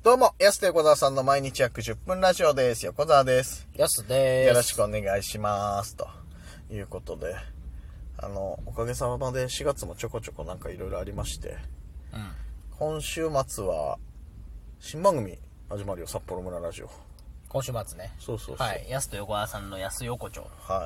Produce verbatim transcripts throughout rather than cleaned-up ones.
どうも、安手横澤さんの毎日約じゅっぷんラジオです。横澤です。 安です。 よろしくお願いします。ということで、あの、おかげさまでしがつもちょこちょこなんかいろいろありまして、 うん、 今週末は新番組始まるよ、札幌村ラジオ。 今週末ね。 そうそうそう。 はい。安と横川さんの安横丁。 はい。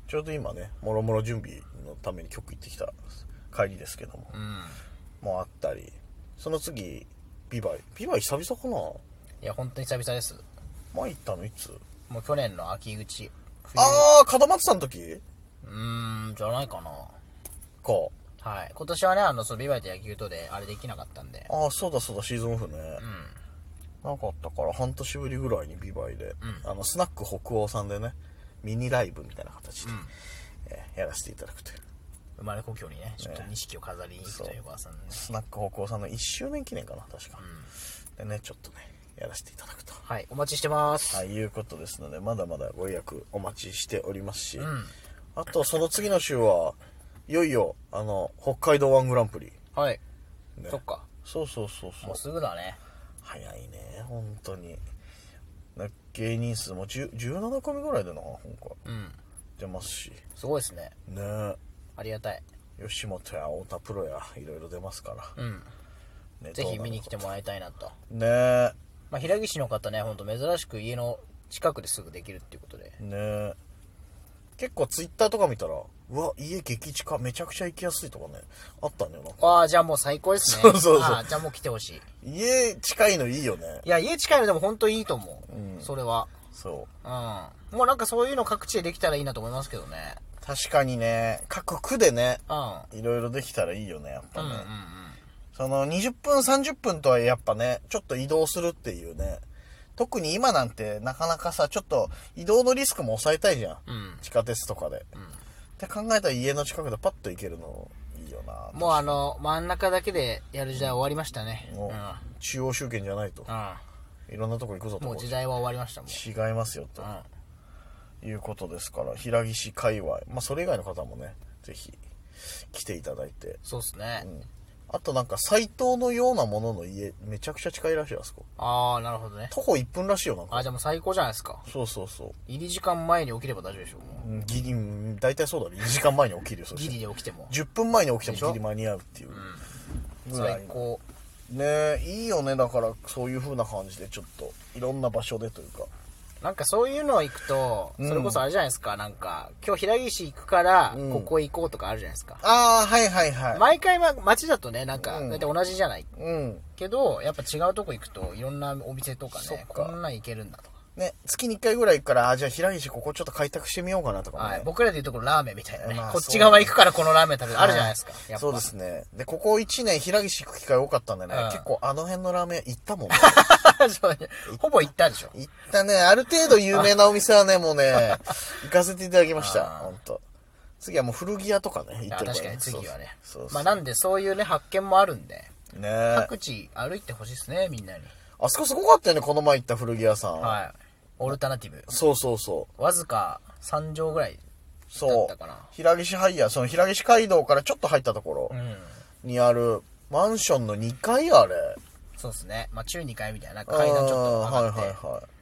ちょうど今ね、もろもろ準備のために局行ってきた帰りですけども、 うん。 もうあったり、その次、ビバイ。ビバイ久々かな？ いや、本当に久々です。 前行ったのいつ？ もう去年の秋口。 あー、門松さんの時？ うーん、じゃないかな。 か。 はい。今年はね、あの、そのビバイと野球とで、あれできなかったんで。 ああ、そうだそうだ、シーズンオフね。 うん。 なかったから半年ぶりぐらいにビバイで、 うん、 あのスナック北欧さんでね、ミニライブみたいな形で、 うん、 えーやらせていただくという。 生まれ故郷にね、ちょっと錦を飾りに行くという横川さんね。 スナック北欧さんのいっしゅうねん記念かな、確か。うん、でね、ちょっとね、やらせていただくと。 はい、お待ちしてます。 はい、いうことですので、まだまだご予約お待ちしておりますし、 うん、 あとその次の週はいよいよ、あの、北海道ワングランプリ。 はい。 ね、 そっか。 そうそうそうそう。 もうすぐだね。 早いね、本当に。芸人数もじゅう、じゅうなな組ぐらいでな、今回。 うん。 出ますし。 すごいですね。 ねえ。 ありがたい。 吉本や太田プロや、いろいろ出ますから。 うん。 ね、 ぜひ見に来てもらいたいなと。 ねえ。 まあ、平岸の方ね、ほんと珍しく家の近くですぐできるっていうことで。 ねえ。結構ツイッターとか見たら、うわ、家激近、めちゃくちゃ行きやすいとかね、あったんだよな。 ああ、じゃあもう最高ですね。 そうそうそう。 ああ、じゃあもう来てほしい。 家近いのいいよね。 いや、家近いのでも本当いいと思う。 うん。 それは。 そう。 うん。もうなんかそういうの各地でできたらいいなと思いますけどね。 確かにね、各区でね、 うん。 いろいろできたらいいよね、やっぱね。 うんうんうん。 そのにじゅっぷん、さんじゅっぷんとはやっぱね、ちょっと移動するっていうね。特に今なんてなかなかさ、ちょっと移動のリスクも抑えたいじゃん。 うん。 地下鉄とかで。うん。って考えたら家の近くでパッと行けるのいいよな。 もうあの、真ん中だけでやる時代終わりましたね。 もう、中央集権じゃないと。 うん。 いろんなとこ行くぞと。 もう時代は終わりましたもん。違いますよと。うん。いうことですから、平岸界隈。まあそれ以外の方もね、ぜひ来ていただいて。 そうっすね。うん。 あとなんか斎藤のようなものの家めちゃくちゃ近いらしいあそこ。 ああ、なるほどね。 徒歩いっぷんらしいよなんか。 あ、じゃあもう最高じゃないですか。 そうそうそう。 入り時間前に起きれば大丈夫でしょう。 もうギリ、大体そうだね。いちじかんまえに起きるよ。 ギリで起きても。 じゅっぷんまえに起きてもギリ間に合うっていう。 うん、最高。 ねえ、いいよね。だからそういう風な感じでちょっといろんな場所でというか。 なんかそういうの行くと、それこそあれじゃないですか、うん、なんか、今日平岸行くから、ここ行こうとかあるじゃないですか。 うん、ああ、はいはいはい。 毎回街だとね、なんか、だいたい同じじゃない。 うん。 けど、やっぱ違うとこ行くと、いろんなお店とかね、こんなん行けるんだとか。 ね、月にいっかいぐらい行くから、あ、じゃあ平岸ここちょっと開拓してみようかなとかね。はい。 僕らでいうところラーメンみたいなね。まあ、こっち側行くからこのラーメン食べる、あるじゃないですか。 やっぱそうですね。で、ここいちねん平岸行く機会多かったんでね、うん、結構あの辺のラーメン行ったもんね。 ほぼ行ったでしょ。 行ったね。ある程度有名なお店はね、もうね、行かせていただきました。ほんと。次はもう古着屋とかね、行ってるから、ね。 確かに次はね。 そうそうそう。 まあなんでそういうね、発見もあるんで。 ね各地歩いてほしいですね、みんなに。 あそこすごかったよね、この前行った古着屋さん。 はい。オルタナティブ。 そうそうそう。 わずかさん畳ぐらいだったかな。 そう。平岸ハイヤー、その平岸街道からちょっと入ったところにあるマンションのにかいあれ。 そうですね。まあ中にかいみたいな階段ちょっと上がって。 はいはいはい。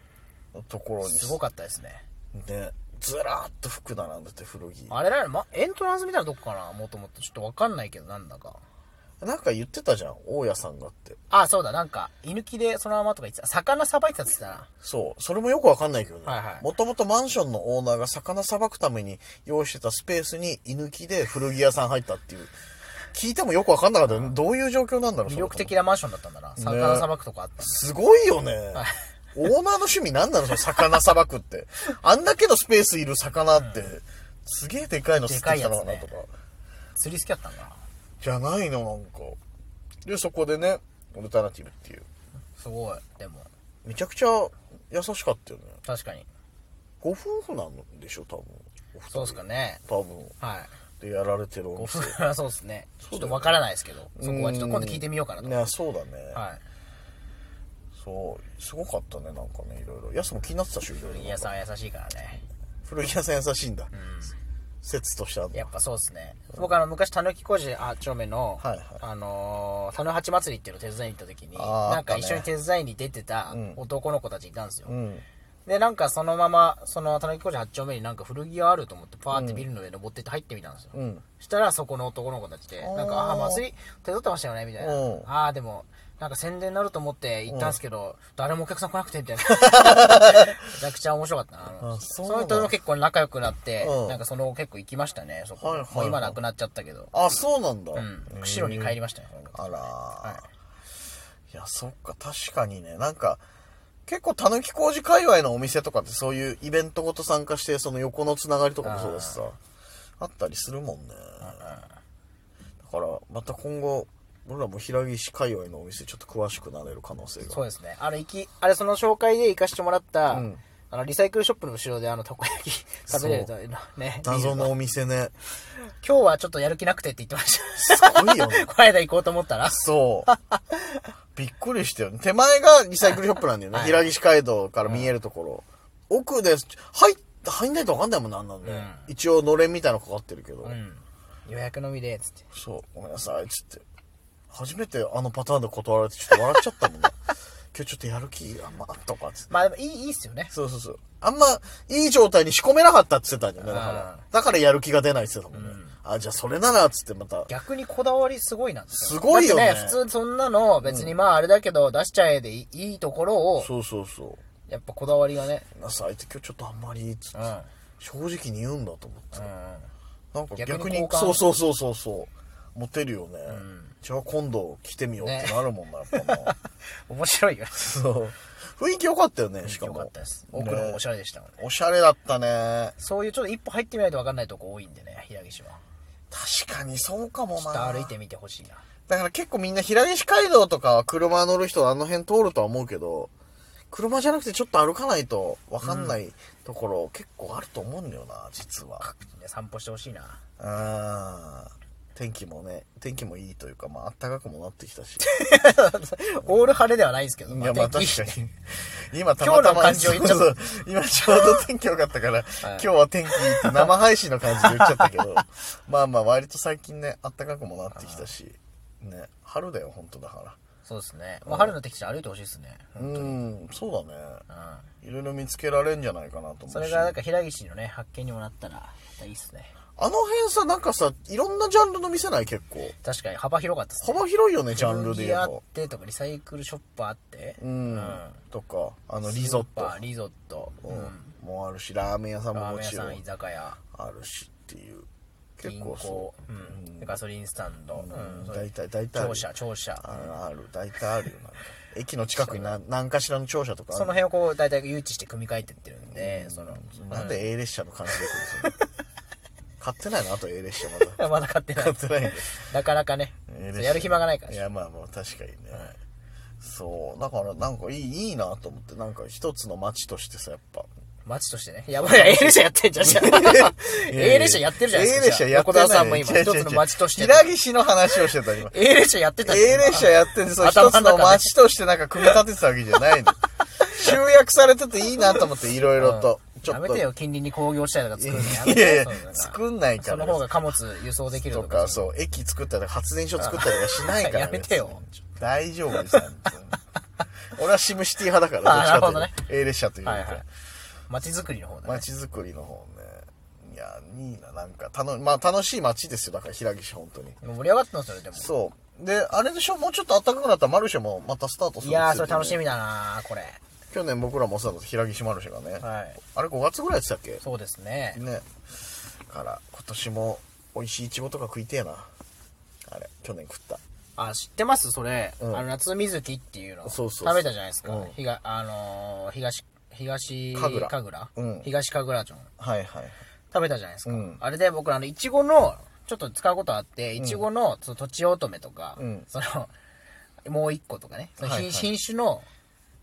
ところに。 すごかったですね。 ね。ずらーっと服並んでて古着。 あれら、ま、エントランスみたいなとこかなもともと。ちょっとわかんないけど、なんだか。 なんか言ってたじゃん、大家さんがって。 ああ、そうだ、なんか、居抜きでそのままとか言ってた。魚さばいてたって言ってたな。 そう。それもよくわかんないけどね。 はいはい。 もともとマンションのオーナーが魚さばくために用意してたスペースに居抜きで古着屋さん入ったっていう。聞いてもよくわかんなかったよ。どういう状況なんだろう。 魅力的なマンションだったんだな。魚さばくとこあった、 ね。すごいよね。はい、オーナーの趣味なんなのその魚さばくって。あんだけのスペースいる魚って、うん、すげえでかいの釣ってきたのかなとか。ね、 釣り好きだったんだな。 じゃないの、なんか。で、そこでね、オルタナティブっていう。 すごい、でも。 めちゃくちゃ優しかったよね。 確かに。 ご夫婦なんでしょ、多分。 そうっすかね。 多分。 はい。 で、やられてるお店。ご夫婦はそうっすね。ちょっとわからないですけど、そこはちょっと今度聞いてみようかなと。 ね、そうだね。 はい。 そう、すごかったね、なんかね、いろいろ。ヤスも気になってたし、いろいろ。 古着屋さんは優しいからね。 古着屋さん優しいんだ。 説としてあるの？ やっぱそうですね。うん、僕あの、昔、たぬき工事はち丁目の、はいはい、あのー、たぬはち祭りっていうのを手伝いに行った時に、なんか一緒に手伝いに出てた男の子たちいたんですよ。うん、で、なんかそのまま、その、たぬき工事はち丁目になんか古着があると思って、パーってビルの上登ってって入ってみたんですよ。うん、そしたらそこの男の子たちで、なんか、あ、祭り手伝ってましたよねみたいな。ああ、でも、なんか宣伝になると思って行ったんですけど、誰もお客さん来なくてみたいな。めちゃくちゃ面白かったな。あのその人も結構仲良くなって、なんかその結構行きましたね、そこ。はいはいはい、もう今なくなっちゃったけど。 あ、そうなんだ。 うん。釧路に帰りましたね。 あらー、はい。いや、そっか、確かにね、なんか、結構たぬき工事界隈のお店とかってそういうイベントごと参加して、その横のつながりとかもそうだしさ、あったりするもんね。だから、また今後、俺らも平岸界隈のお店ちょっと詳しくなれる可能性が。 そうですね。あれ、行き、あれその紹介で行かしてもらった、うん、あの、リサイクルショップの後ろであの、たこ焼き食べれるとね。 謎のお店ね。 今日はちょっとやる気なくてって言ってました。すごいよね。この間行こうと思ったら。 そう。びっくりしたよね。手前がリサイクルショップなんだよね。はい、平岸街道から見えるところ。うん、奥で、入っ、入んないと分かんないもんなんなんで、うん。一応のれんみたいなのかかってるけど。うん、 予約のみで、つって。 そう、ごめんなさい、つって。初めてあのパターンで断られてちょっと笑っちゃったもんね。今日ちょっとやる気あんまとかつって。 まあでもいい、いいっすよね。 そうそうそう。あんまいい状態に仕込めなかったって言ってたんだよね。だから。だからやる気が出ないって言ってたもんね。うん、あ、じゃあそれならつってまた。 逆にこだわりすごいなんですよ。すごいよね。 だってね、普通そんなの別にまああれだけど出しちゃえでいい、いいところを。 そうそうそう。 やっぱこだわりがね。 なさ、あいつ今日ちょっとあんまりつって、うん、正直に言うんだと思って。うん、なんか逆に、そうそうそうそうそう。モテるよね。うん、じゃあ今度来てみようってなるもんな、ね、やっぱもう。面白いよ。 そう。雰囲気良かったよね、しかも。 良かったです。奥の方おしゃれでしたもんね。 おしゃれだったね。 そういうちょっと一歩入ってみないと分かんないとこ多いんでね、平岸は。 確かにそうかもな。 ちょっと歩いてみてほしいな。 だから結構みんな平岸街道とかは車乗る人あの辺通るとは思うけど、車じゃなくてちょっと歩かないと分かんないところ、うん、結構あると思うんだよな、実は。 散歩してほしいな。 あー。天気もね、天気もいいというか、まあ、暖かくもなってきたし。 オール晴れではないですけど、 いや、まあ確かに。今たまたま、 今日の感じを言っちゃった。 今ちょうど天気良かったから、はい、今日は天気いいって生配信の感じで言っちゃったけど、まあまあ割と最近ね、暖かくもなってきたし、ね、春だよ、本当だから。 そうですね。まあ、春の適地歩いてほしいですね。 うん、そうだね。うん。いろいろ見つけられるんじゃないかなと思うし。 それがなんか平岸のね、発見にもなったらいいっすね。 あの辺さ、なんかさ、いろんなジャンルの店ない結構。 確かに幅広かったっすね。幅広いよね、ジャンルで言うと。 あってとか、リサイクルショップあって。 うん。うん、とか、あの、リゾット。 リゾット。 うん。もあるし、ラーメン屋さんももちろん。 ラーメン屋さん、居酒屋。 あるしっていう。 結構そう。うん。ガソリンスタンド。 うん。大体、大体。 庁舎、庁舎。 ある、大体あるよな。駅の近くに何何かしらの庁舎とかある。 その辺をこう、大体誘致して組み替えてってるんで、その。 なんで A 列車の感じで来るの買ってないのあと A 列車まだ。 まだ買ってない。 買ってないんで。 なかなかね。やる暇がないから。 いや、まあまあ、確かにね。そう。だから、なんかいい、いいなと思って、なんか一つの街としてさ、やっぱ。 街としてね。やばい、A 列車やってんじゃん。A 列車やってるじゃないですか。 A 列車やってる。 横田さんも今、一つの街として。 平岸の話をしてた、今。 A 列車やってた。 A 列車やってて、そう、一つの街としてなんか組み立ててたわけじゃないの。集約されてていいなと思って、いろいろと。 ちょっとやめてよ、近隣に工業地帯とか作るのやめてよ。いやいや、作んないから。 その方が貨物輸送できるとか。とか、そう、駅作ったり、発電所作ったりはしないから。 やめてよ。 大丈夫ですよ。俺はシムシティ派だから、どっちかというと。ね、A 列車というか。 街づくりの方だね。 街づくりの方ね。いや、いいな、なんか、たの、まあ楽しい街ですよ、だから平岸、本当に。 盛り上がってますよね、でも。 そう。で、あれでしょ、もうちょっと暖かくなったらマルシェもまたスタートするんですよ、ね。 いやー、それ楽しみだなこれ。 去年僕らもそうだった平岸マルシェがね。はい。あれごがつぐらいでしたっけ？ そうですね。 ね。から、今年も美味しいイチゴとか食いてえな。あれ、去年食った。 あ、知ってますそれ。うん、あの、夏水木っていうの。そうそうそう。食べたじゃないですか。うん、ひが、あのー、東、東、神楽。神楽、うん、東神楽町。はいはい。食べたじゃないですか。うん、あれで僕、あの、イチゴの、ちょっと使うことあって、イチゴの、その、とちおとめとか、うん、その、もう一個とかね、その品、はいはい、品種の、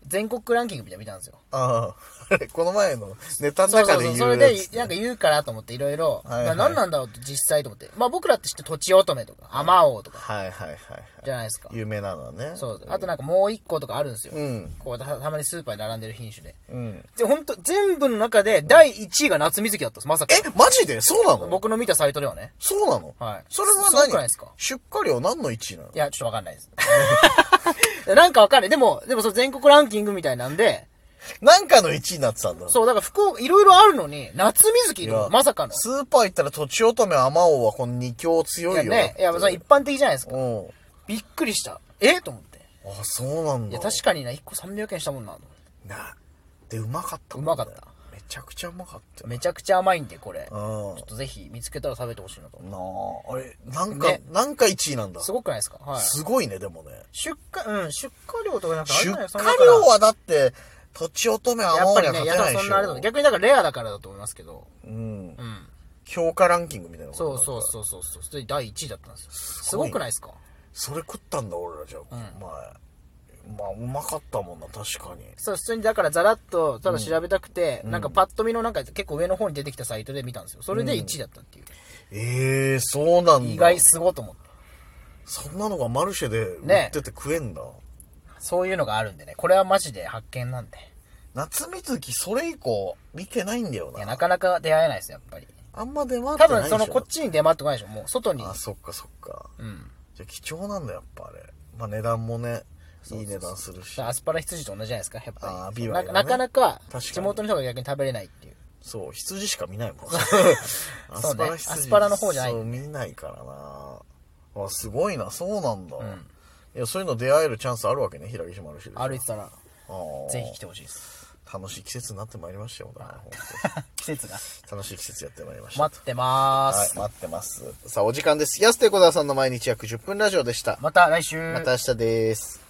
全国ランキングみたいなの見たんですよ。 ああ。この前のネタの中で言う。 そうそうそう。それで、なんか言うかなと思っていろいろ、何なんだろうって実際と思って。まあ僕らって知ってとちおとめとか、あまおうとか。 はいはいはい。 じゃないですか。 有名なのはね。 そう。あとなんかもう一個とかあるんですよ。 うん。 こうた、たまにスーパーに並んでる品種で。 うん。 で、ほんと、全部の中でだいいちいが夏水木だったんです、まさか。 え、マジでそうなの？ 僕の見たサイトではね。 そうなの？ はい。 それは何？ すごくないですか？ 出荷量何のいちいなの？ いや、ちょっとわかんないです。なんかわかんない。でも、でもその全国ランキングみたいなんで、 なんかのいちいになってたんだ。 そう、だから福岡、いろいろあるのに、夏水木のまさかの。 スーパー行ったらとちおとめあまおうはこのに強強いよ。 いやね、いや、それ一般的じゃないですか。 うん。 びっくりした。えと思って。 あ、そうなんだ。 いや、確かにな、いっこさんびゃくえんしたもんな。 な。で、うまかったもんね。 うまかった。 めちゃくちゃうまかったよ。 めちゃくちゃ甘いんで、これ。 うん。ちょっとぜひ見つけたら食べてほしいなと。 なあ。あれ、なんか、ね、なんかいちいなんだ。 すごくないですか？はい。 すごいね、でもね。 出荷、うん、出荷量とかなんかあるじゃないですか。出荷量はだって、とちおとめあまおうには勝てないでしょ。やっぱりね、やそんなあれだ逆にだからレアだからだと思いますけど。 うん。うん。評価ランキングみたいなこと。 そうそうそうそう。それだいいちいだったんですよ。すごくないですか？ それ食ったんだ、俺らじゃあ。うん。まあ、まあ、うまかったもんな、確かに。 そう、普通にだからざらっと、ただ調べたくて、うん、なんかパッと見のなんか結構上の方に出てきたサイトで見たんですよ。それでいちいだったっていう。うん、 ええー、そうなんだ。 意外すごいと思って。 そんなのがマルシェで売ってて食えんだ、ね。 そういうのがあるんでね。これはマジで発見なんで。 夏水木、それ以降、見てないんだよな。 いや、なかなか出会えないですよ、やっぱり。 あんま出回ってないでしょ。多分、 その、こっちに出回ってこないでしょ。もう、外に。 あ、そっかそっか。 うん。 じゃあ、貴重なんだ、やっぱあれ。まあ、値段もね、いい値段するし。 アスパラ羊と同じじゃないですか、やっぱり。 ああ、ビワイ、 ね、なかなか、地元の人が逆に食べれないっていう。 そう、羊しか見ないもん。 アスパラ羊。アスパラの方じゃない。 そう、見ないからな。あ、すごいな、そうなんだ。うん、いや、そういうの出会えるチャンスあるわけね、平岸マルシェで。 歩いてたら。ぜひ来てほしいです。 楽しい季節になってまいりましたよ、だから本当季節が楽しい季節やってまいりました。 待ってまーす。 はい、待ってます。さあ、お時間です。安手小沢さんの毎日約じゅっぷんラジオでした。 また来週。 また明日です。